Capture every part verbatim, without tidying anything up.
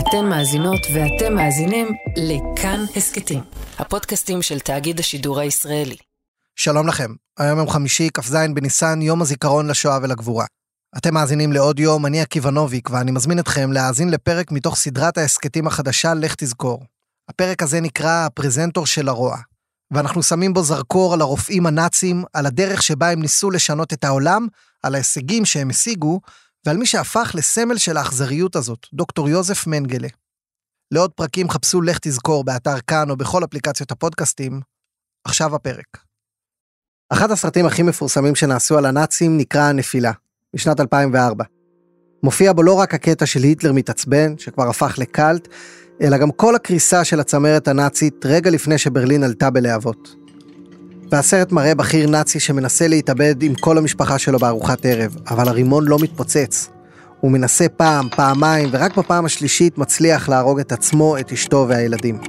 אתן מאזינות ואתם מאזינים לכאן הסקטים, הפודקאסטים של תאגיד השידור הישראלי. שלום לכם, היום יום חמישי, כ"ז בניסן, יום הזיכרון לשואה ולגבורה. אתם מאזינים לעוד יום, אני עקיבא נוביק, ואני מזמין אתכם להאזין לפרק מתוך סדרת ההסקטים החדשה, לך תזכור. הפרק הזה נקרא הפרזנטור של הרוע, ואנחנו שמים בו זרקור על הרופאים הנאצים, על הדרך שבה הם ניסו לשנות את העולם, על ההישגים שהם השיגו, ועל מי שהפך לסמל של האכזריות הזאת, דוקטור יוזף מנגלה. לעוד פרקים חפשו לך תזכור באתר כאן או בכל אפליקציות הפודקאסטים. עכשיו הפרק. אחד הסרטים הכי מפורסמים שנעשו על הנאצים נקרא הנפילה, משנת אלפיים וארבע. מופיע בו לא רק הקטע של היטלר מתעצבן, שכבר הפך לקלט, אלא גם כל הקריסה של הצמרת הנאצית רגע לפני שברלין עלתה בלהבות. והסרט מראה בכיר נאצי שמנסה להתאבד עם כל המשפחה שלו בארוחת ערב, אבל הרימון לא מתפוצץ. הוא מנסה פעם, פעמיים, ורק בפעם השלישית מצליח להרוג את עצמו, את אשתו והילדים.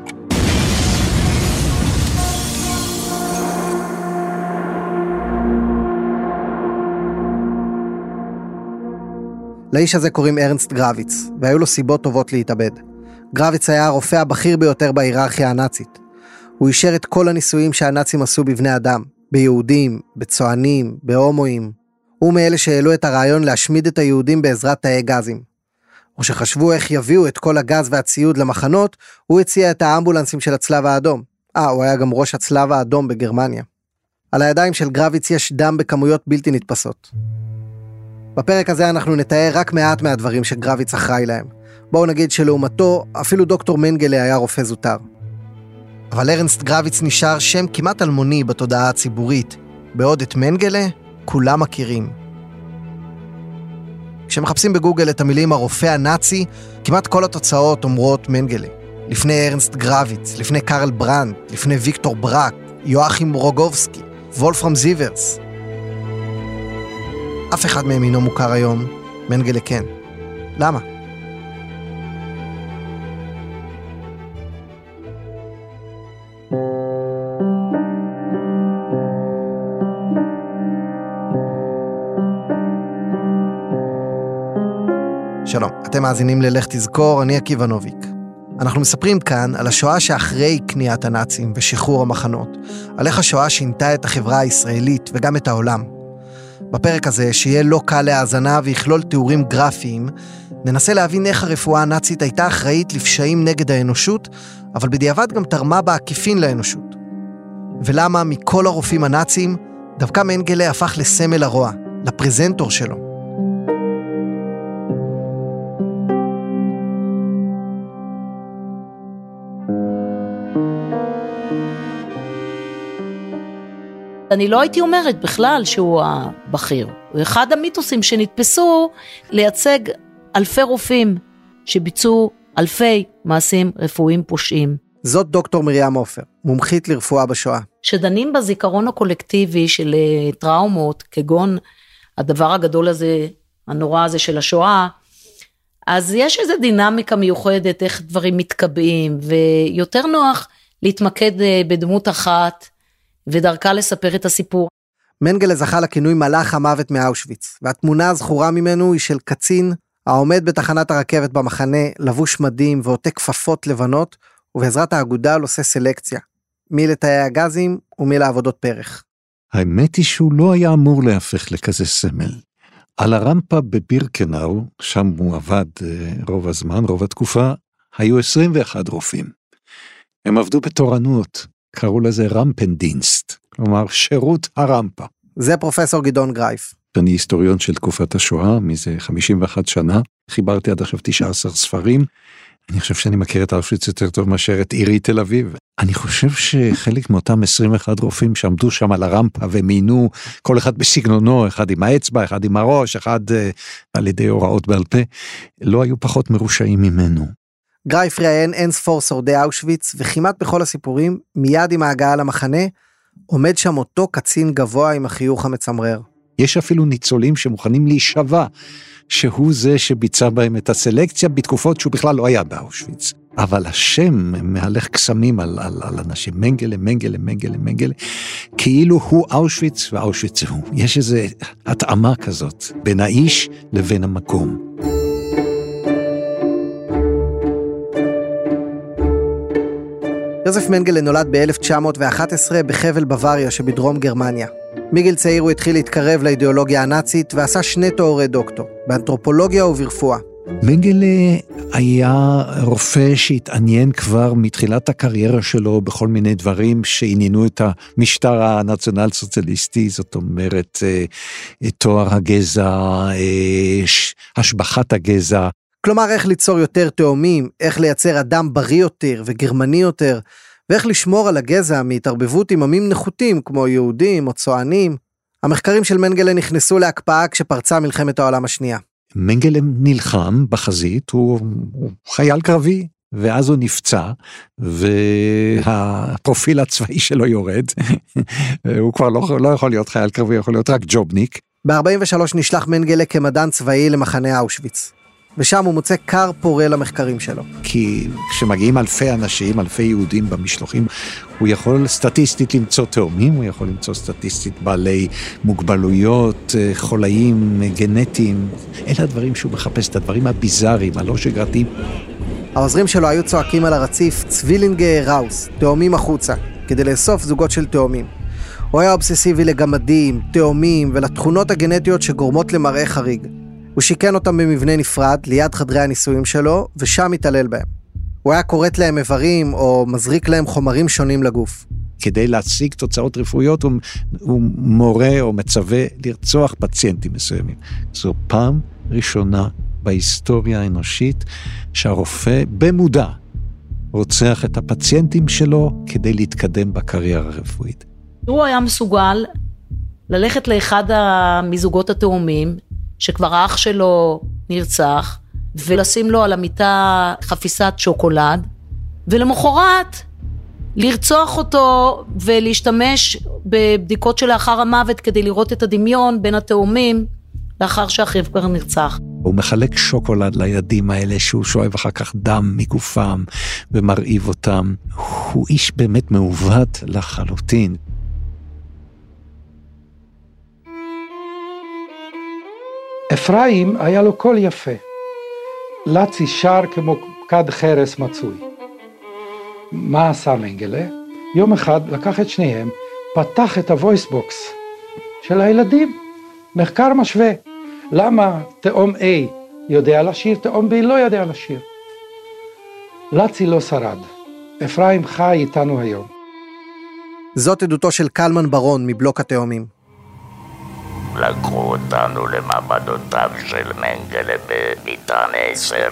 לאיש הזה קוראים ארנסט גרביץ, והיו לו סיבות טובות להתאבד. גרביץ היה הרופא הבכיר ביותר בהיררכיה הנאצית. הוא אישר את כל הניסויים שהנאצים עשו בבני אדם, ביהודים, בצוענים, בהומואים. הוא מאלה שהעלו את הרעיון להשמיד את היהודים בעזרת תאי גזים. או שחשבו איך יביאו את כל הגז והציוד למחנות, הוא הציע את האמבולנסים של הצלב האדום. אה, הוא היה גם ראש הצלב האדום בגרמניה. על הידיים של גרביץ יש דם בכמויות בלתי נתפסות. בפרק הזה אנחנו נתאר רק מעט מהדברים שגרביץ אחראי להם. בואו נגיד שלעומתו, אפילו דוקטור מנגלה היה רופא זוטר. אבל ארנסט גרביץ נשאר שם כמעט אלמוני בתודעה הציבורית, בעוד את מנגלה כולם מכירים. כשמחפשים בגוגל את המילים הרופא הנאצי, כמעט כל התוצאות אומרות מנגלה. לפני ארנסט גרביץ, לפני קרל ברנד, לפני ויקטור ברק, יואכים רוגובסקי, וולפרם זיברס. אף אחד מהם אינו מוכר היום, מנגלה כן. למה? שלום, אתם מאזינים ללך תזכור, אני עקיבא נוביק. אנחנו מספרים כאן על השואה שאחרי כניעת הנאצים ושחרור המחנות, על איך השואה שינתה את החברה הישראלית וגם את העולם. בפרק הזה, שיהיה לא קל להאזנה ויכלול תיאורים גרפיים, ננסה להבין איך הרפואה הנאצית הייתה אחראית לפשעים נגד האנושות, אבל בדיעבד גם תרמה בעקיפין לאנושות. ולמה מכל הרופאים הנאצים, דווקא מנגלה הפך לסמל הרוע, לפרזנטור שלו. אני לא הייתי אומרת בכלל שהוא הבכיר. הוא אחד המיתוסים שנתפסו לייצג אלפי רופאים שביצעו אלפי מעשים רפואיים פושעים. זאת דוקטור מרים עופר, מומחית לרפואה בשואה. שדנים בזיכרון הקולקטיבי של טראומות, כגון הדבר הגדול הזה, הנורא הזה של השואה, אז יש איזו דינמיקה מיוחדת, איך דברים מתקבעים, ויותר נוח להתמקד בדמות אחת, ודרכה לספר את הסיפור. מנגלה זכה לכינוי מלאך המוות מאושוויץ, והתמונה הזכורה ממנו היא של קצין העומד בתחנת הרכבת במחנה, לבוש מדים ועוטה כפפות לבנות, ובעזרת האגודל עושה סלקציה, מי לתאי הגזים ומי לעבודות פרח. האמת היא שהוא לא היה אמור להפך לכזה סמל. על הרמפה בבירקנאו, שם הוא עבד רוב הזמן, רוב התקופה, היו עשרים ואחד רופאים. הם עבדו בתורנות, קראו לזה רמפנדינסט, כלומר שירות הרמפה. זה פרופסור גדעון גרייף. אני היסטוריון של תקופת השואה, מזה חמישים ואחת שנה, חיברתי עד עכשיו תשעה עשר ספרים, אני חושב שאני מכיר את אושוויץ יותר טוב מאשר את עירי תל אביב. אני חושב שחלק מאותם עשרים ואחד רופאים שעמדו שם על הרמפה ומינו, כל אחד בסגנונו, אחד עם האצבע, אחד עם הראש, אחד uh, על ידי הוראות בעל פה, לא היו פחות מרושעים ממנו. גרייף ראיין אין ספור שורדי אושוויץ, וכמעט בכל הסיפורים, מיד עם ההגעה למחנה, עומד שם אותו קצין גבוה עם החיוך המצמרר. יש אפילו ניצולים שמוכנים להישבע, שהוא זה שביצע בהם את הסלקציה, בתקופות שהוא בכלל לא היה באושוויץ. אבל השם מהלך קסמים על, על, על אנשים, מנגלה, מנגלה, מנגלה, מנגלה, כאילו הוא אושוויץ ואושוויץ הוא. יש איזו התאמה כזאת, בין האיש לבין המקום. יוזף מנגלה נולד ב-אלף תשע מאות ואחת עשרה בחבל בוואריה שבדרום גרמניה. מגיל צעיר הוא התחיל להתקרב לאידיאולוגיה הנאצית ועשה שני תוארי דוקטור, באנתרופולוגיה וברפואה. מנגלה היה רופא שהתעניין כבר מתחילת הקריירה שלו בכל מיני דברים שעניינו את המשטר הנציונל סוציאליסטי, זאת אומרת תואר הגזע, השבחת הגזע. כלומר איך ליצור יותר תאומים, איך לייצר אדם בריא יותר וגרמני יותר, ואיך לשמור על הגזע מהתערבבות עם עמים נחותים כמו יהודים או צוענים. המחקרים של מנגלה נכנסו להקפאה כשפרצה מלחמת העולם השנייה. מנגלה נלחם בחזית, הוא, הוא חייל קרבי, ואז הוא נפצע, והפרופיל הצבאי שלו יורד, הוא כבר לא, לא יכול להיות חייל קרבי, הוא יכול להיות רק ג'ובניק. ב-ארבעים ושלוש נשלח מנגלה כמדען צבאי למחנה אושוויץ, ושם הוא מוצא קר פורה למחקרים שלו. כי כשמגיעים אלפי אנשים, אלפי יהודים במשלוחים, הוא יכול סטטיסטית למצוא תאומים, הוא יכול למצוא סטטיסטית בעלי מוגבלויות, חולאים, גנטיים. אלה הדברים שהוא מחפש, את הדברים הביזאריים, הלא שגרתיים. העוזרים שלו היו צועקים על הרציף, צבילינגה ראוס, תאומים החוצה, כדי לאסוף זוגות של תאומים. הוא היה אובססיבי לגמדים, תאומים ולתכונות הגנטיות שגורמות למראה חריג. הוא שיקן אותם במבנה נפרד, ליד חדרי הניסויים שלו, ושם התעלל בהם. הוא היה קוראת להם איברים, או מזריק להם חומרים שונים לגוף. כדי להשיג תוצאות רפואיות, הוא, הוא מורה או מצווה לרצוח פציינטים מסוימים. זו פעם ראשונה בהיסטוריה האנושית, שהרופא במודע רוצח את הפציינטים שלו, כדי להתקדם בקריירה הרפואית. הוא היה מסוגל ללכת לאחד מזוגות התאומים, שכבר האח שלו נרצח, ולשים לו על המיטה חפיסת שוקולד, ולמחרת לרצוח אותו ולהשתמש בבדיקות שלאחר המוות כדי לראות את הדמיון בין התאומים לאחר שאחיו כבר נרצח. הוא מחלק שוקולד לילדים האלה שהוא שואב אחר כך דם מגופם ומרעיב אותם. הוא איש באמת מעוות לחלוטין. אפרים היה לו קול יפה. לצי שר כמו כד חרס מצוי. מה עשה מנגלה? יום אחד לקח את שניהם, פתח את הוויס בוקס של הילדים. מחקר משווה. למה תאום A יודע לשיר, תאום B לא יודע לשיר. לצי לא שרד. אפרים חי איתנו היום. זאת עדותו של קלמן ברון מבלוק התאומים. לקחו אותנו למעבדותיו של מנגלה בביתן עשר.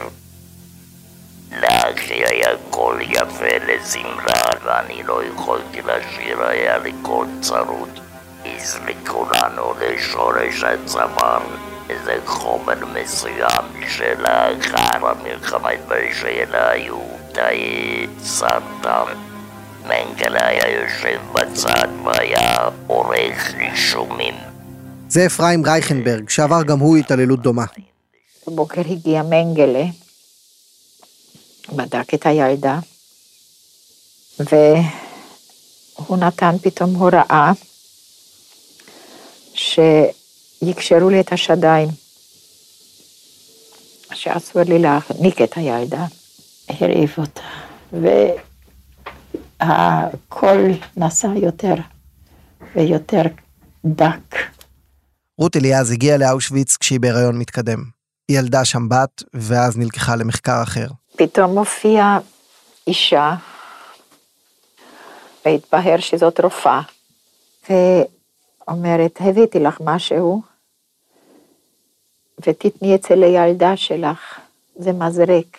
לאחי היה קול יפה לזמרה, ואני לא יכולתי לשיר, היה לי קול צרוד. הזריקו לנו לשורש הצוואר איזה חומר מסוים שלאחר המלחמה התברר שאלה היו תאי סרטן. מנגלה היה יושב בצד והיה עורך רישומים. זה אפרים רייכנברג, שעבר גם הוא התעללות דומה. בבוקר הגיע מנגלה, בדק את הילדה, והוא נתן פתאום הוראה שיקשרו לי את השדיים, שאסור לי להחניק את הילדה. הרעיב אותה, והקול נסע יותר ויותר דק. רות אליעז הגיעה לאושוויץ כשהיא בהיריון מתקדם. היא ילדה שם בת, ואז נלקחה למחקר אחר. פתאום מופיעה אישה, והתבהר שזאת רופאה, ואומרת, הבאתי לך משהו, ותתני אצל הילדה שלך, זה מזרק.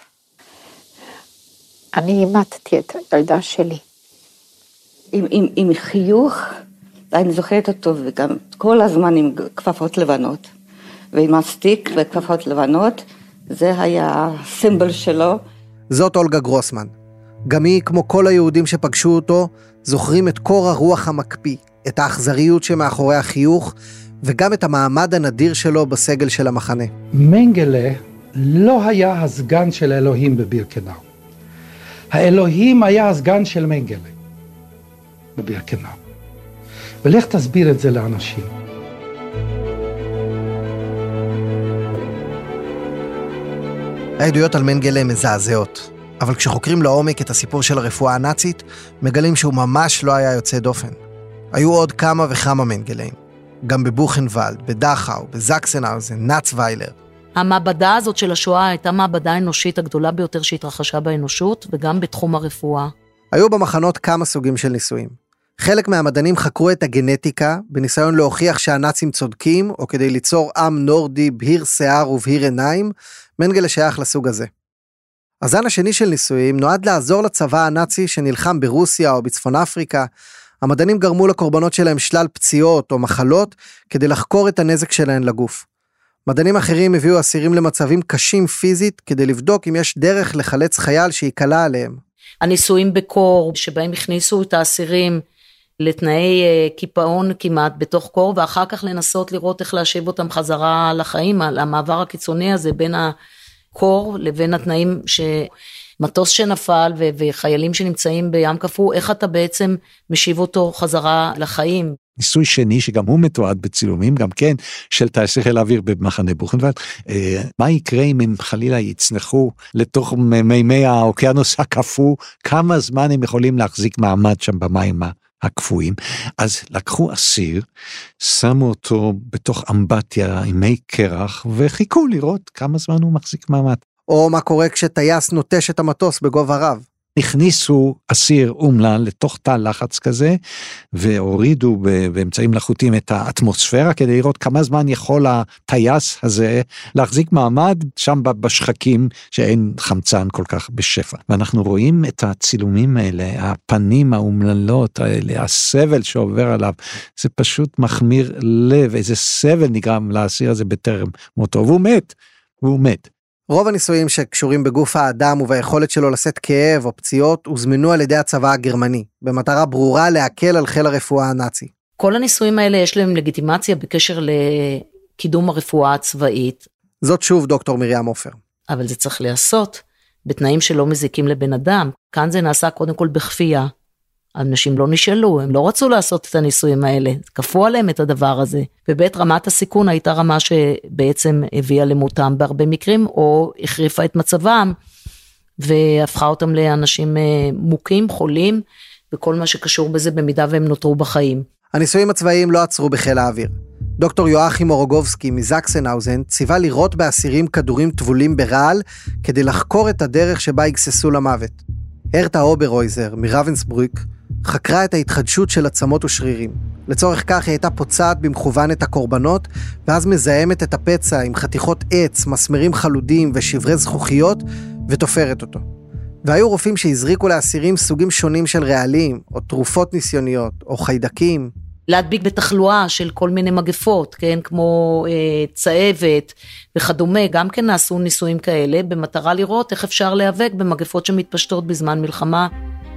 אני אימתתי את הילדה שלי. עם, עם, עם חיוך, אני זוכרת אותו, וגם כל הזמן עם כפפות לבנות, ועם מסטיק וכפפות לבנות, זה היה הסימבול שלו. זאת אולגה גרוסמן. גם היא, כמו כל היהודים שפגשו אותו, זוכרים את קור הרוח המקפיא, את האכזריות שמאחורי החיוך, וגם את המעמד הנדיר שלו בסגל של המחנה. מנגלה לא היה הסגן של אלוהים בבירקנאו. האלוהים היה הסגן של מנגלה בבירקנאו. ולך תסביר את זה לאנשים. העדויות על מנגלה מזעזעות. אבל כשחוקרים לעומק את הסיפור של הרפואה הנאצית, מגלים שהוא ממש לא היה יוצא דופן. היו עוד כמה וכמה מנגלים. גם בבוכנוולד, בדכאו, בזקסנהאוזן, נאצוויילר. המעבדה הזאת של השואה הייתה מעבדה האנושית הגדולה ביותר שהתרחשה באנושות, וגם בתחום הרפואה. היו במחנות כמה סוגים של ניסויים. חלק מהמדענים חקרו את הגנטיקה, בניסיון להוכיח שהנאצים צודקים, או כדי ליצור עם נורדי בהיר שיער ובהיר עיניים, מנגלה שייך לסוג הזה. הזן השני של ניסויים נועד לעזור לצבא הנאצי שנלחם ברוסיה או בצפון אפריקה. המדענים גרמו לקורבנות שלהם שלל פציעות או מחלות, כדי לחקור את הנזק שלהם לגוף. מדענים אחרים הביאו אסירים למצבים קשים פיזית, כדי לבדוק אם יש דרך לחלץ חייל שיקלה עליהם. הניסויים בקור, שבהם הכניסו את האסירים לתנאי קיפאון כמעט בתוך קור, ואחר כך לנסות לראות איך להשיב אותם חזרה לחיים, על המעבר הקיצוני הזה בין הקור לבין התנאים שמטוס שנפל ו- וחיילים שנמצאים בים קפוא, איך אתה בעצם משיב אותו חזרה לחיים. ניסוי שני שגם הוא מתועד בצילומים, גם כן של טייסי חיל האוויר במחנה בוכנוולד. מה יקרה אם הם חלילה יצנחו לתוך מימי האוקיינוס הקפוא, כמה זמן הם יכולים להחזיק מעמד שם במים הקפואים? אז לקחו אסיר, שמו אותו בתוך אמבטיה עם מי קרח, וחיכו לראות כמה זמן הוא מחזיק מעמד. או מה קורה כשטייס נוטש את המטוס בגובה רב. הכניסו אסיר אומלל לתוך תא לחץ כזה, והורידו באמצעים מלאכותיים את האטמוספירה, כדי לראות כמה זמן יכול הטייס הזה להחזיק מעמד שם בשחקים, שאין חמצן כל כך בשפע. ואנחנו רואים את הצילומים האלה, הפנים האומללות האלה, הסבל שעובר עליו, זה פשוט מחמיר לב, איזה סבל נגרם לאסיר הזה בטרם מותו, והוא מת, והוא מת. רוב הניסויים שקשורים בגוף האדם וביכולת שלו לשאת כאב או פציעות הוזמנו על ידי הצבא הגרמני, במטרה ברורה להקל על חיל הרפואה הנאצי. כל הניסויים האלה יש להם לגיטימציה בקשר לקידום הרפואה הצבאית. זאת שוב דוקטור מרים עופר. אבל זה צריך לעשות בתנאים שלא מזיקים לבן אדם. כאן זה נעשה קודם כל בכפייה. אנשים לא נשאלו, הם לא רצו לעשות את הניסויים האלה, כפו עליהם את הדבר הזה, ובית רמת הסיכון הייתה רמה שבעצם הביאה למותם בהרבה מקרים, או החריפה את מצבם, והפכה אותם לאנשים מוכים, חולים, וכל מה שקשור בזה במידה והם נותרו בחיים. הניסויים הצבאיים לא עצרו בחיל האוויר. דוקטור יואכים אורוגובסקי מזקסנהאוזן ציווה לירות באסירים כדורים טבולים ברעל, כדי לחקור את הדרך שבה יגססו למוות. הרטה אובררויזר מרבנסבורג חקרה את ההתחדשות של עצמות ושרירים. לצורך כך היא הייתה פוצעת במכוון את הקורבנות, ואז מזהמת את הפצע עם חתיכות עץ, מסמרים חלודים ושברי זכוכיות, ותופרת אותו. והיו רופאים שהזריקו לאסירים סוגים שונים של רעלים, או תרופות ניסיוניות, או חיידקים. להדביק בתחלואה של כל מיני מגפות, כן, כמו אה, צהבת וכדומה, גם כן נעשו ניסויים כאלה, במטרה לראות איך אפשר להיאבק במגפות שמתפשטות בזמן מלחמה.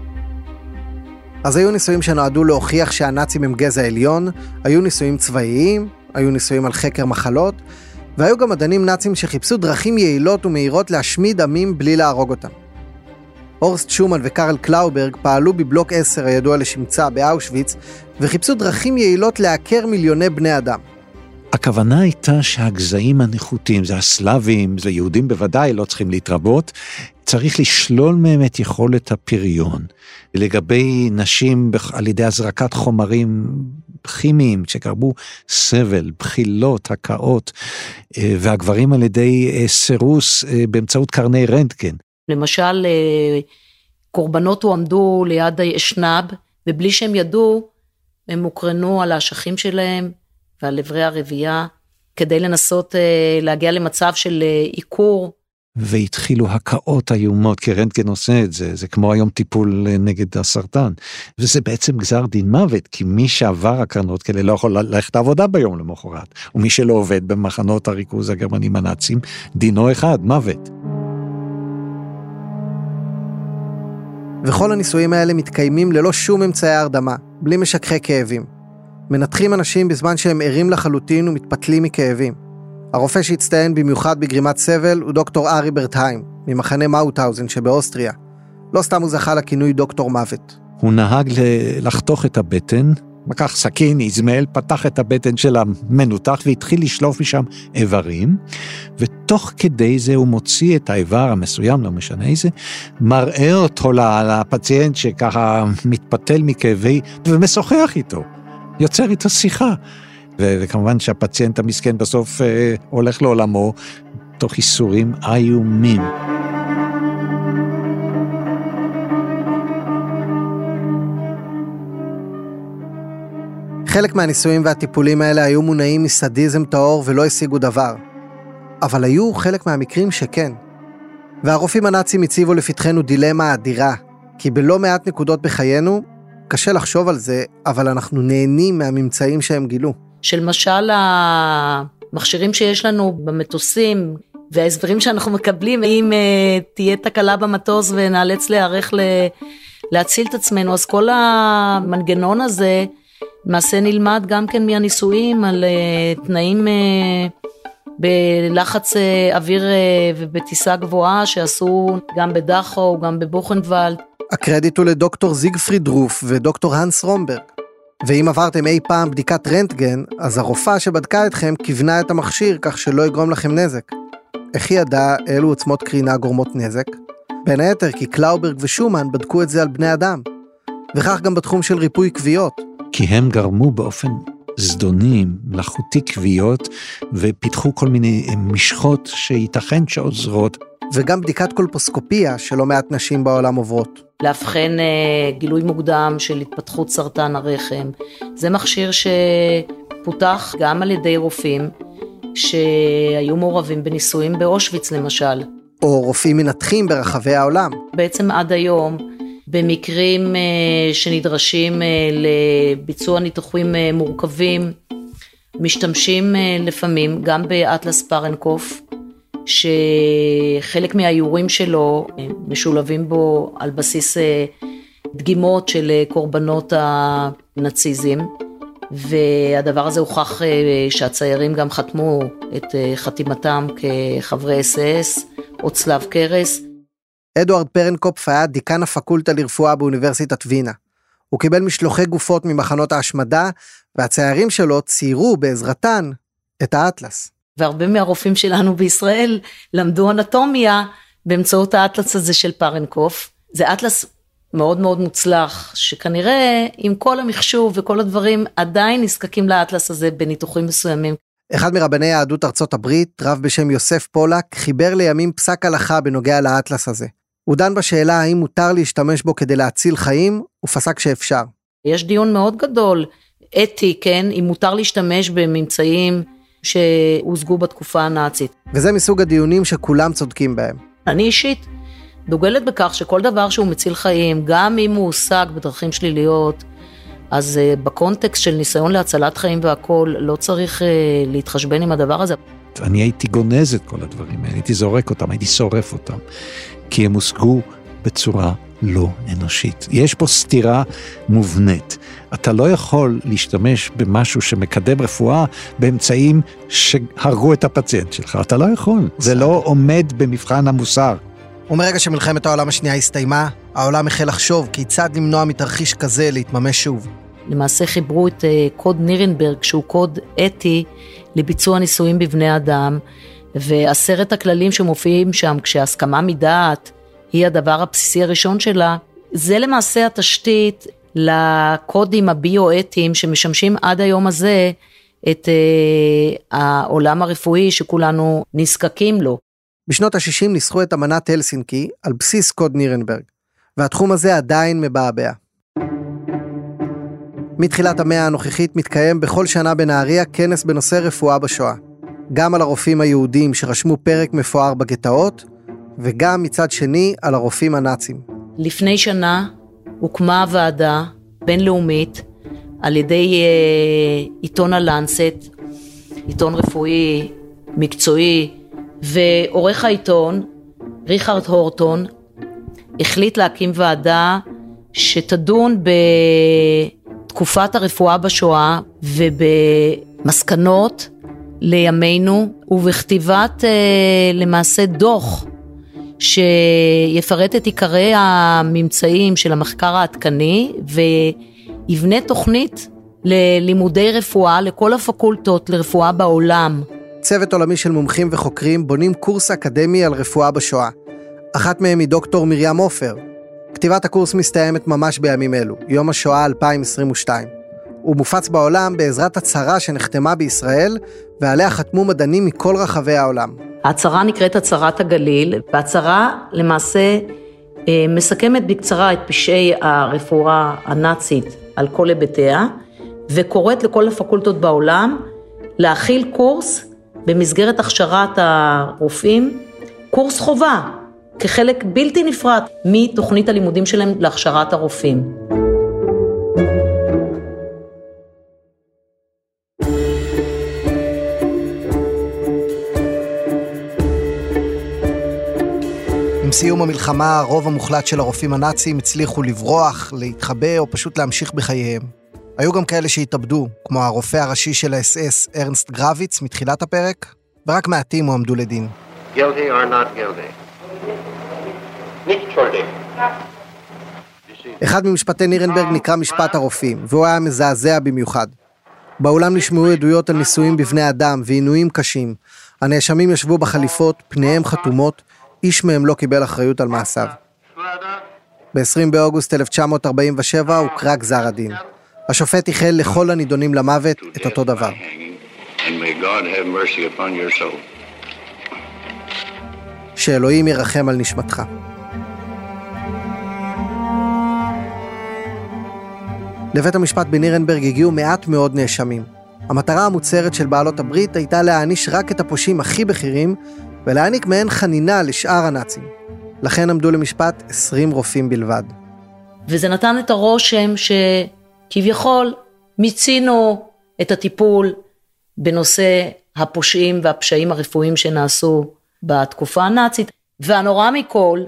אז היו ניסויים שנועדו להוכיח שהנאצים הם גזע עליון, היו ניסויים צבאיים, היו ניסויים על חקר מחלות, והיו גם מדענים נאצים שחיפשו דרכים יעילות ומהירות להשמיד עמים בלי להרוג אותם. אורסט שומן וקרל קלאוברג פעלו בבלוק עשר הידוע לשמצה באושוויץ, וחיפשו דרכים יעילות לעקר מיליוני בני אדם. הכוונה הייתה שהגזעים הנחותים, זה הסלאבים, זה יהודים בוודאי, לא צריכים להתרבות, צריך לשלול מהם את יכולת הפריון. לגבי נשים על ידי הזרקת חומרים כימיים, שקרבו סבל, בחילות, הקאות, והגברים על ידי סירוס באמצעות קרני רנטגן. למשל, קורבנות הועמדו ליד האשנב, ובלי שהם ידעו, הם מוקרנו על האשכים שלהם, ועל עברי הרבייה, כדי לנסות להגיע למצב של עיקור. והתחילו הקאות איומות, כי רנטגן עושה את זה, זה כמו היום טיפול נגד הסרטן, וזה בעצם גזר דין מוות, כי מי שעבר הקרנות כאלה לא יכול ללכת לעבודה ביום למחרת, ומי שלא עובד במחנות הריכוז הגרמנים הנאצים, דינו אחד, מוות. וכל הניסויים האלה מתקיימים ללא שום אמצעי הרדמה, בלי משככי כאבים. מנתחים אנשים בזמן שהם ערים לחלוטין ומתפתלים מכאבים. הרופא שהצטיין במיוחד בגרימת סבל הוא דוקטור ארי ברטהיים, ממחנה מאוטהאוזן שבאוסטריה. לא סתם הוא זכה לכינוי דוקטור מוות. הוא נהג לחתוך את הבטן, לקח סכין, הזמל, פתח את הבטן של המנותח והתחיל לשלוף משם איברים, ותוך כדי זה הוא מוציא את האיבר המסוים, לא משנה איזה, מראה אותו לפציינט שככה מתפתל מכאבי, ומשוחח איתו, יוצר איתו שיחה. וכמובן שהפציינט המסכן בסוף אה, הולך לעולמו, תוך איסורים איומים. חלק מהניסויים והטיפולים האלה היו מונעים מסדיזם טהור ולא השיגו דבר. אבל היו חלק מהמקרים שכן. והרופאים הנאצים הציבו לפתחנו דילמה אדירה, כי בלא מעט נקודות בחיינו, קשה לחשוב על זה, אבל אנחנו נהנים מהממצאים שהם גילו. שלמשל המכשירים שיש לנו במטוסים, וההסברים שאנחנו מקבלים, אם uh, תהיה תקלה במטוס ונאלץ להיערך ל... להציל את עצמנו, אז כל המנגנון הזה, למעשה נלמד גם כן מהניסויים על uh, תנאים uh, בלחץ uh, אוויר uh, ובטיסה גבוהה שעשו גם בדחו, גם בבוכנוולד. הקרדיט הוא לדוקטור זיגפריד רוף ודוקטור הנס רומברג. ואם עברתם אי פעם בדיקת רנטגן, אז הרופאה שבדקה אתכם כיוונה את המכשיר כך שלא יגרום לכם נזק. איך היא ידעה אילו עוצמות קרינה גורמות נזק? בין היתר כי קלאוברג ושומן בדקו את זה על בני אדם. וכך גם בתחום של ריפוי כוויות. כי הם גרמו באופן זדוני, מלאכותי כוויות, ופיתחו כל מיני משחות שייתכן שעוזרות. וגם בדיקת קולפוסקופיה שלא מעט נשים בעולם עוברות. להבחן אה, גילוי מוקדם של התפתחות סרטן הרחם. זה מכשיר שפותח גם על ידי רופאים שהיו מעורבים בניסויים באושוויץ למשל. או רופאים מנתחים ברחבי העולם. בעצם עד היום, במקרים אה, שנדרשים אה, לביצוע ניתוחים אה, מורכבים, משתמשים אה, לפעמים גם באטלס פרנקוף, שחלק מהאיורים שלו משולבים בו על בסיס דגימות של קורבנות הנאציזם, והדבר הזה הוכח שהציירים גם חתמו את חתימתם כחברי אס אס או צלב קרס. אדוארד פרנקופף היה דיקן הפקולטה לרפואה באוניברסיטת וינה. הוא קיבל משלוחי גופות ממחנות ההשמדה, והציירים שלו ציירו בעזרתן את האטלס. והרבה מהרופאים שלנו בישראל למדו אנטומיה באמצעות האטלס הזה של פרנקוף. זה אטלס מאוד מאוד מוצלח, שכנראה עם כל המחשוב וכל הדברים עדיין נזקקים לאטלס הזה בניתוחים מסוימים. אחד מרבני יהדות ארצות הברית, רב בשם יוסף פולק, חיבר לימים פסק הלכה בנוגע לאטלס הזה. הוא דן בשאלה האם מותר להשתמש בו כדי להציל חיים, ופסק שאפשר. יש דיון מאוד גדול, אתי, כן, אם מותר להשתמש בממצאים שהושגו בתקופה הנאצית. וזה מסוג הדיונים שכולם צודקים בהם. אני אישית דוגלת בכך שכל דבר שהוא מציל חיים, גם אם הוא הושג בדרכים שליליות, אז uh, בקונטקסט של ניסיון להצלת חיים והכל, לא צריך uh, להתחשבן עם הדבר הזה. אני הייתי גונז את כל הדברים, הייתי זורק אותם, הייתי שורף אותם, כי הם הושגו בצורה לא אנושית. יש פה סתירה מובנית. אתה לא יכול להשתמש במשהו שמקדם רפואה באמצעים שהרגו את הפציינט שלך. אתה לא יכול. זה לא עומד במבחן המוסר. ומרגע שמלחמת העולם השנייה הסתיימה, העולם החל לחשוב כיצד למנוע מתרחיש כזה להתממש שוב. למעשה חיברו את קוד נירנברג, שהוא קוד אתי לביצוע ניסויים בבני אדם, ועשרת הכללים שמופיעים שם, כשהסכמה מדעת היא הדבר הבסיסי הראשון שלה, זה למעשה התשתית לקודים הביו-אתיים שמשמשים עד היום הזה את uh, העולם הרפואי שכולנו נזקקים לו. בשנות ה-שישים ניסחו את אמנת הלסינקי על בסיס קוד נירנברג, והתחום הזה עדיין מבעבע. מתחילת המאה הנוכחית מתקיים בכל שנה בנהריה כנס בנושא רפואה בשואה. גם על הרופאים היהודים שרשמו פרק מפואר בגטאות, וגם מצד שני על הרופאים הנאצים. לפני שנה הוקמה ועדה בינלאומית על ידי אה, עיתון הלנסט, עיתון רפואי מקצועי, ועורך העיתון, ריכרד הורטון, החליט להקים ועדה שתדון בתקופת הרפואה בשואה ובמסקנות לימינו, ובכתיבת אה, למעשה דוח שיפרט את עיקרי הממצאים של המחקר העדכני ויבנה תוכנית ללימודי רפואה, לכל הפקולטות לרפואה בעולם. צוות עולמי של מומחים וחוקרים בונים קורס אקדמי על רפואה בשואה. אחת מהם היא דוקטור מרים עופר. כתיבת הקורס מסתיימת ממש בימים אלו, יום השואה אלפיים עשרים ושתיים. הוא מופץ בעולם בעזרת הצהרה שנחתמה בישראל, ועליה חתמו מדענים מכל רחבי העולם. ההצהרה נקראת הצהרת הגליל, וההצהרה למעשה אה, מסכמת בקצרה את פשעי הרפואה הנאצית על כל היבטיה, וקוראת לכל הפקולטות בעולם להכיל קורס במסגרת הכשרת הרופאים, קורס חובה, כחלק בלתי נפרד מתוכנית הלימודים שלהם להכשרת הרופאים. עם סיום המלחמה, הרוב המוחלט של הרופאים הנאצים הצליחו לברוח, להתחבא או פשוט להמשיך בחייהם. היו גם כאלה שהתאבדו, כמו הרופא הראשי של ה-אס אס, ארנסט גרוויץ, מתחילת הפרק, ורק מעטים הועמדו לדין. Guilty or not guilty? Nicht schuldig. אחד ממשפטי נירנברג נקרא משפט הרופאים, והוא היה מזעזע במיוחד. באולם נשמעו עדויות על ניסויים בבני אדם ועינויים קשים. הנאשמים ישבו בחליפות, פניהם חתומות, איש מהם לא קיבל אחריות על מעשיו. ב-עשרים באוגוסט אלף תשע מאות ארבעים ושבע הוקרא גזר הדין. השופט איחל לכל הנידונים למוות את אותו דבר. שאלוהים ירחם על נשמתך. לבית המשפט בנירנברג הגיעו מעט מאוד נאשמים. המטרה המוצהרת של בעלות הברית הייתה להעניש רק את הפושעים הכי בכירים, ולהעניק מהן חנינה לשאר הנאצים. לכן עמדו למשפט עשרים רופאים בלבד. וזה נתן את הרושם שכביכול מיצינו את הטיפול בנושא הפושעים והפשעים הרפואיים שנעשו בתקופה הנאצית, והנורא מכל,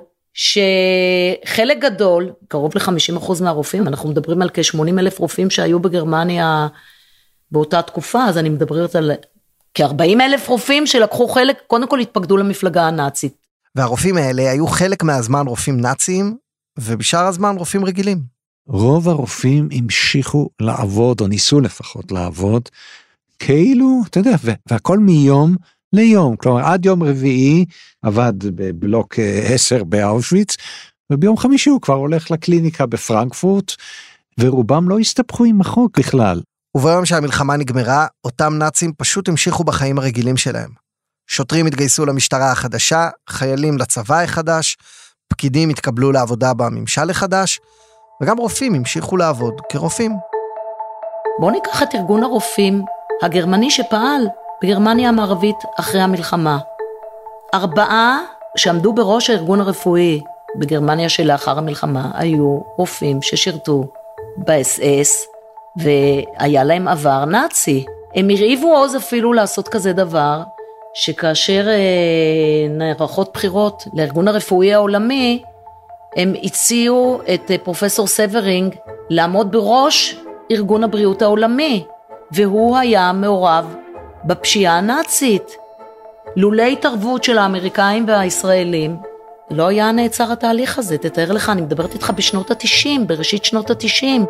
שחלק גדול, קרוב ל-חמישים אחוז מהרופאים, אנחנו מדברים על כ-שמונים אלף רופאים שהיו בגרמניה באותה תקופה, אז אני מדברת על כ-ארבעים אלף רופאים שלקחו חלק, קודם כל התפקדו למפלגה הנאצית. והרופאים האלה היו חלק מהזמן רופאים נאציים, ובשאר הזמן רופאים רגילים. רוב הרופאים המשיכו לעבוד, או ניסו לפחות לעבוד, כאילו, אתה יודע, והכל מיום ליום, כלומר, עד יום רביעי עבד בבלוק עשר באושוויץ, וביום חמישי הוא כבר הולך לקליניקה בפרנקפורט, ורובם לא הסתפחו עם החוק בכלל. וביום שהמלחמה נגמרה, אותם נאצים פשוט המשיכו בחיים הרגילים שלהם. שוטרים התגייסו למשטרה החדשה, חיילים לצבא החדש, פקידים התקבלו לעבודה בממשל החדש, וגם רופאים המשיכו לעבוד כרופאים. בואו ניקח את ארגון הרופאים הגרמני שפעל בגרמניה המערבית אחרי המלחמה. ארבעה שעמדו בראש הארגון הרפואי בגרמניה שלאחר המלחמה היו רופאים ששירתו ב-אס אס, והיה להם עבר נאצי. הם הרעיבו עוז אפילו לעשות כזה דבר, שכאשר אה, נערכות בחירות לארגון הרפואי העולמי, הם הציעו את אה, פרופסור סברינג לעמוד בראש ארגון הבריאות העולמי, והוא היה מעורב בפשיעה הנאצית. לולא התערבות של האמריקאים והישראלים, לא היה נעצר התהליך הזה. תתאר לך, אני מדברת איתך בשנות ה-תשעים, בראשית שנות ה-תשעים.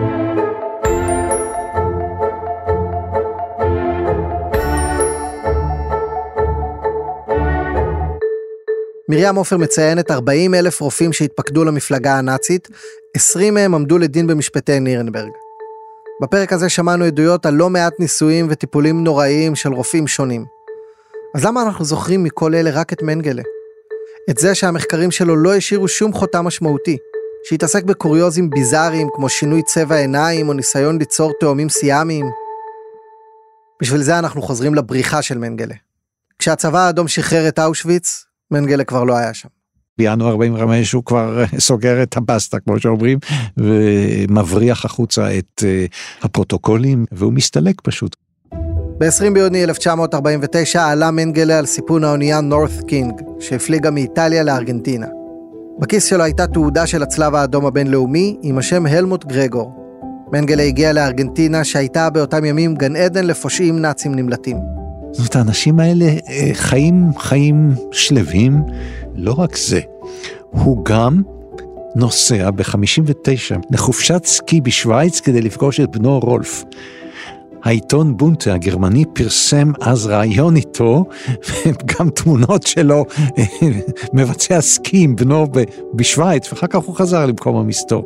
מרים עופר מציינת ארבעים אלף רופאים שהתפקדו למפלגה הנאצית, עשרים מהם עמדו לדין במשפטי נירנברג. בפרק הזה שמענו עדויות על לא מעט ניסויים וטיפולים נוראיים של רופאים שונים. אז למה אנחנו זוכרים מכל אלה רק את מנגלה? את זה שהמחקרים שלו לא השאירו שום חותם משמעותי, שהתעסק בקוריוזים ביזאריים כמו שינוי צבע עיניים או ניסיון ליצור תאומים סיאמיים. בשביל זה אנחנו חוזרים לבריחה של מנגלה. כשהצבא האדום שחרר את אושוויץ, מנגלה כבר לא היה שם. בינואר ארבעים וחמש הוא כבר סוגר את הבסטה, כמו שאומרים, ומבריח החוצה את הפרוטוקולים, והוא מסתלק פשוט. ב-עשרים ביוני אלף תשע מאות ארבעים ותשע עלה מנגלה על סיפון האונייה נורת קינג, שהפליגה מאיטליה לארגנטינה. בכיס שלו הייתה תעודה של הצלב האדום הבינלאומי, עם השם הלמוט גרגור. מנגלה הגיע לארגנטינה, שהייתה באותם ימים גן עדן לפושעים נאצים נמלטים. זאת אומרת, האנשים האלה חיים, חיים שלווים, לא רק זה. הוא גם נוסע ב-חמישים ותשע לחופשת סקי בשוויץ כדי לפגוש את בנו רולף. העיתון בונטה הגרמני פרסם אז רעיון איתו, וגם תמונות שלו מבצע סקי עם בנו בשוויץ, ואחר כך הוא חזר למקום המסתור.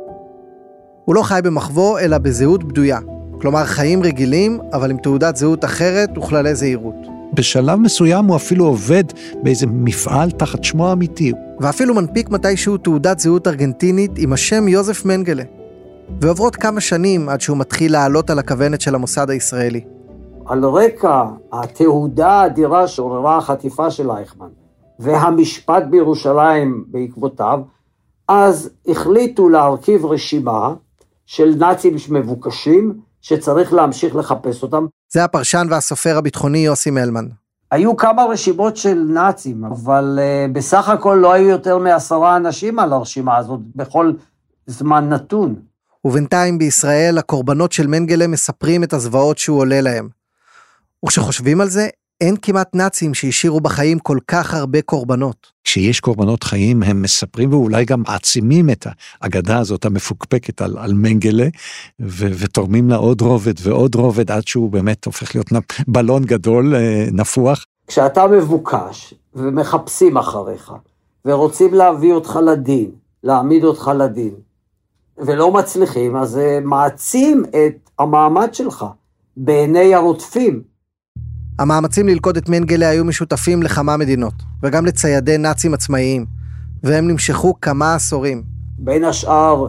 הוא לא חי במחבוא, אלא בזהות בדויה. כלומר, חיים רגילים, אבל עם תעודת זהות אחרת וכללי זהירות. בשלב מסוים הוא אפילו עובד באיזה מפעל תחת שמו האמיתי. ואפילו מנפיק מתישהו תעודת זהות ארגנטינית עם השם יוזף מנגלה. ועוברות כמה שנים עד שהוא מתחיל לעלות על הכוונת של המוסד הישראלי. על רקע התהודה האדירה שעוררה החטיפה של אייכמן, והמשפט בירושלים בעקבותיו, אז החליטו להרכיב רשימה של נאצים מבוקשים, שצריך להמשיך לחפש אותם. זה הפרשן והסופר הביטחוני יוסי מלמן. היו כמה רשימות של נאצים, אבל uh, בסך הכל לא היו יותר מעשרה אנשים על הרשימה הזאת, בכל זמן נתון. ובינתיים בישראל הקורבנות של מנגלה מספרים את הזוועות שהוא עולה להם. וכשחושבים על זה, אין כמעט נאצים שהשאירו בחיים כל כך הרבה קורבנות. כשיש קורבנות חיים, הם מספרים ואולי גם עצימים את האגדה הזאת המפוקפקת על, על מנגלה, ו, ותורמים לה עוד רובד ועוד רובד, עד שהוא באמת הופך להיות בלון גדול, נפוח. כשאתה מבוקש ומחפשים אחריך, ורוצים להביא אותך לדין, להעמיד אותך לדין, ולא מצליחים, אז זה מעצים את המעמד שלך בעיני הרודפים. המאמצים ללכוד את מנגלה היו משותפים לכמה מדינות, וגם לציידי נאצים עצמאיים, והם נמשכו כמה עשורים. בין השאר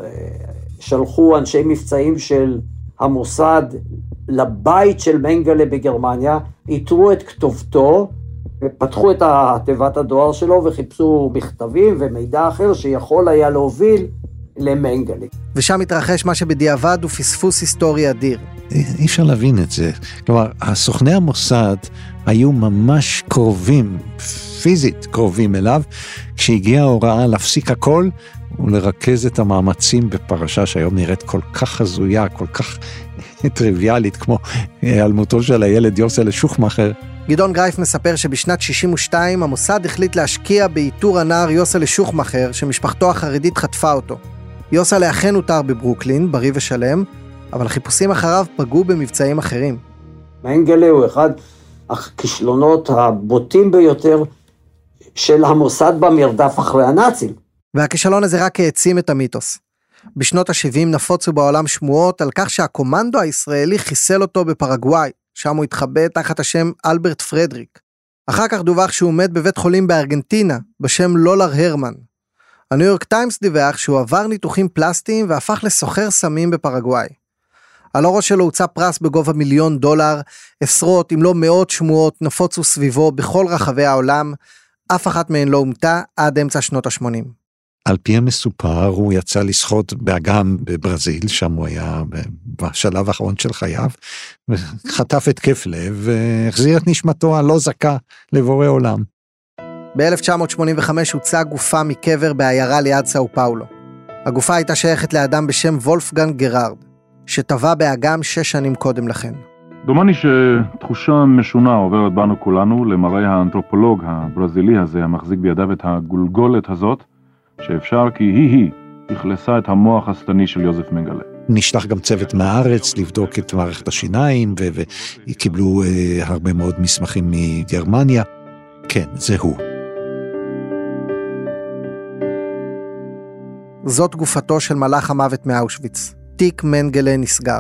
שלחו אנשי מבצעים של המוסד לבית של מנגלה בגרמניה, איתרו את כתובתו, ופתחו את תיבת הדואר שלו וחיפשו מכתבים ומידע אחר שיכול היה להוביל למנגלה. ושם התרחש מה שבדיעבד הוא פספוס היסטורי אדיר. אי אפשר להבין את זה. כלומר, הסוכני המוסד היו ממש קרובים, פיזית קרובים אליו, כשהגיעה ההוראה להפסיק הכל, ולרכז את המאמצים בפרשה שהיום נראית כל כך הזויה, כל כך טריוויאלית, כמו היעלמותו של הילד יוסלה שוחמאכר. גדעון גרייף מספר שבשנת שישים ושתיים המוסד החליט להשקיע באיתור הנער יוסלה שוחמאכר, שמשפחתו החרדית חטפה אותו. יוסלה אכן הותר בברוקלין, בריא ושלם, אבל החיפושים אחריו פגעו במבצעים אחרים. מנגלה הוא אחד הכישלונות הבוטים ביותר של המוסד במרדף אחרי הנאצים. והכישלון הזה רק העצים את המיתוס. בשנות ה-שבעים נפוצו בעולם שמועות על כך שהקומנדו הישראלי חיסל אותו בפרגוואי, שם הוא התחבא תחת השם אלברט פרדריק. אחר כך דווח שהוא מת בבית חולים בארגנטינה, בשם לולר הרמן. הניו יורק טיימס דיווח שהוא עבר ניתוחים פלסטיים והפך לסוחר סמים בפרגוואי. על הראש שלו הוצא פרס בגובה מיליון דולר, עשרות אם לא מאות שמועות נפוצו סביבו בכל רחבי העולם, אף אחת מהן לא אומתה עד אמצע שנות ה-שמונים. על פי המסופר הוא יצא לשחות באגם בברזיל, שם הוא היה בשלב האחרון של חייו, וחטף התקף לב והחזיר את נשמתו הלא זכה לבורא עולם. ב-אלף תשע מאות שמונים וחמש הוצאה גופה מקבר בעיירה ליד סאו פאולו. הגופה הייתה שייכת לאדם בשם וולפגנג גרארד, שטבע באגם שש שנים קודם לכן. דומני שתחושה משונה עוברת בנו כולנו למראה האנתרופולוג הברזילי הזה, המחזיק בידיו את הגולגולת הזאת, שאפשר כי היא-היא הכלסה את המוח השטני של יוזף מנגלה. נשלח גם צוות מהארץ לבדוק את מערכת השיניים, וקיבלו uh, הרבה מאוד מסמכים מגרמניה. כן, זה הוא. זאת גופתו של מלאך המוות מאושוויץ. תיק מנגלה נסגר.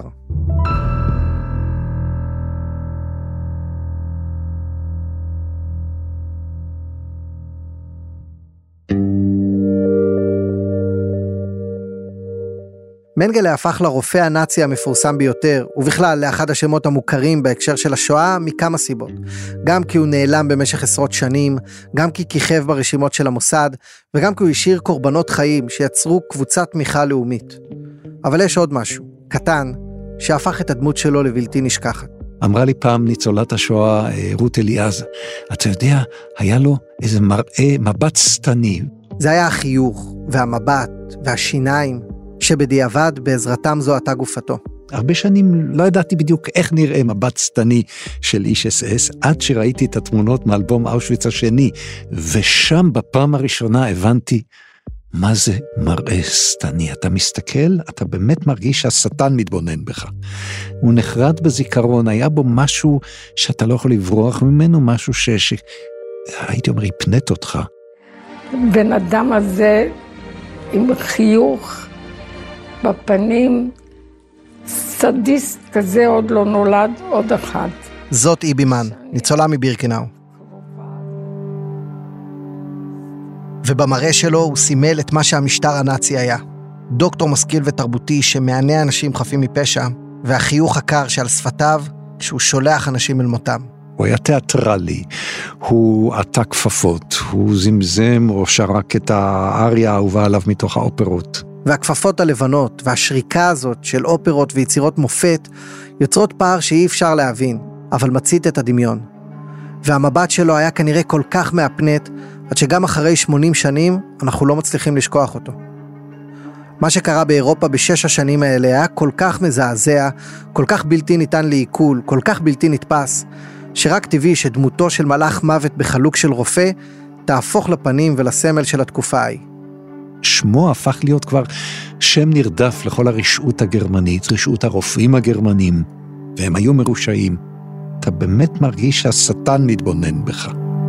מנגלה הפך לרופא הנאצי המפורסם ביותר, ובכלל לאחד השמות המוכרים בהקשר של השואה מכמה סיבות. גם כי הוא נעלם במשך עשרות שנים, גם כי כיכב ברשימות של המוסד, וגם כי הוא השאיר קורבנות חיים שיצרו קבוצת תמיכה לאומית. אבל יש עוד משהו, קטן, שהפך את הדמות שלו לבלתי נשכחת. אמרה לי פעם ניצולת השואה רות אליעז, אתה יודע, היה לו איזה מראה, מבט שטני. זה היה החיוך, והמבט, והשיניים, שבדיעבד בעזרתם זו הייתה גופתו. הרבה שנים לא ידעתי בדיוק איך נראה מבט שטני של איש אס אס, עד שראיתי את התמונות מאלבום אושוויץ השני, ושם בפעם הראשונה הבנתי מה זה מראה שטני? אתה מסתכל, אתה באמת מרגיש שהשטן מתבונן בך. הוא נחרד בזיכרון, היה בו משהו שאתה לא יכול לברוח ממנו, משהו ש... ש... הייתי אומר, יפנט אותך. בן אדם הזה עם חיוך בפנים, סדיסט כזה עוד לא נולד, עוד אחד. זאת איבי מן, ניצולה מבירקנאו. ובמראה שלו הוא סימל את מה שהמשטר הנאצי היה. דוקטור משכיל ותרבותי שמענה אנשים חפים מפשע, והחיוך הקר שעל שפתיו כשהוא שולח אנשים אל מותם. הוא היה תיאטרלי, הוא עטה כפפות, הוא זמזם או שרק את האריה האהובה עליו מתוך האופרות. והכפפות הלבנות והשריקה הזאת של אופרות ויצירות מופת יוצרות פער שאי אפשר להבין, אבל מצית את הדמיון. והמבט שלו היה כנראה כל כך מאפנט, עד שגם אחרי שמונים שנים אנחנו לא מצליחים לשכוח אותו. מה שקרה באירופה בשש השנים האלה היה כל כך מזעזע, כל כך בלתי ניתן לעיכול, כל כך בלתי נתפס, שרק טבעי שדמותו של מלאך מוות בחלוק של רופא, תהפוך לפנים ולסמל של התקופה ההיא. שמו הפך להיות כבר שם נרדף לכל הרשעות הגרמנית, רשעות הרופאים הגרמנים, והם היו מרושעים. אתה באמת מרגיש שהשטן מתבונן בך.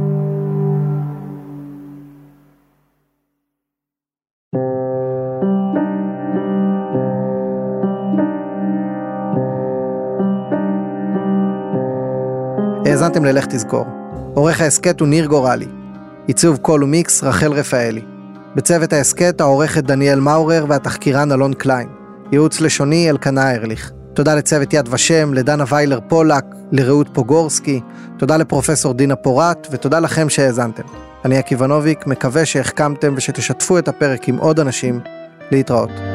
האזנתם ללך תזכור. עורך ההסקט הוא ניר גורלי. עיצוב קול ומיקס רחל רפאלי. בצוות ההסקט העורכת דניאל מאורר והתחקירן אלון קליין. ייעוץ לשוני אלקנה ארליך. תודה לצוות יד ושם, לדנה ויילר פולק, לרעות פוגורסקי, תודה לפרופסור דינה פורט, ותודה לכם שהאזנתם. אני עקיבא נוביק, מקווה שהחכמתם ושתשתפו את הפרק עם עוד אנשים. להתראות.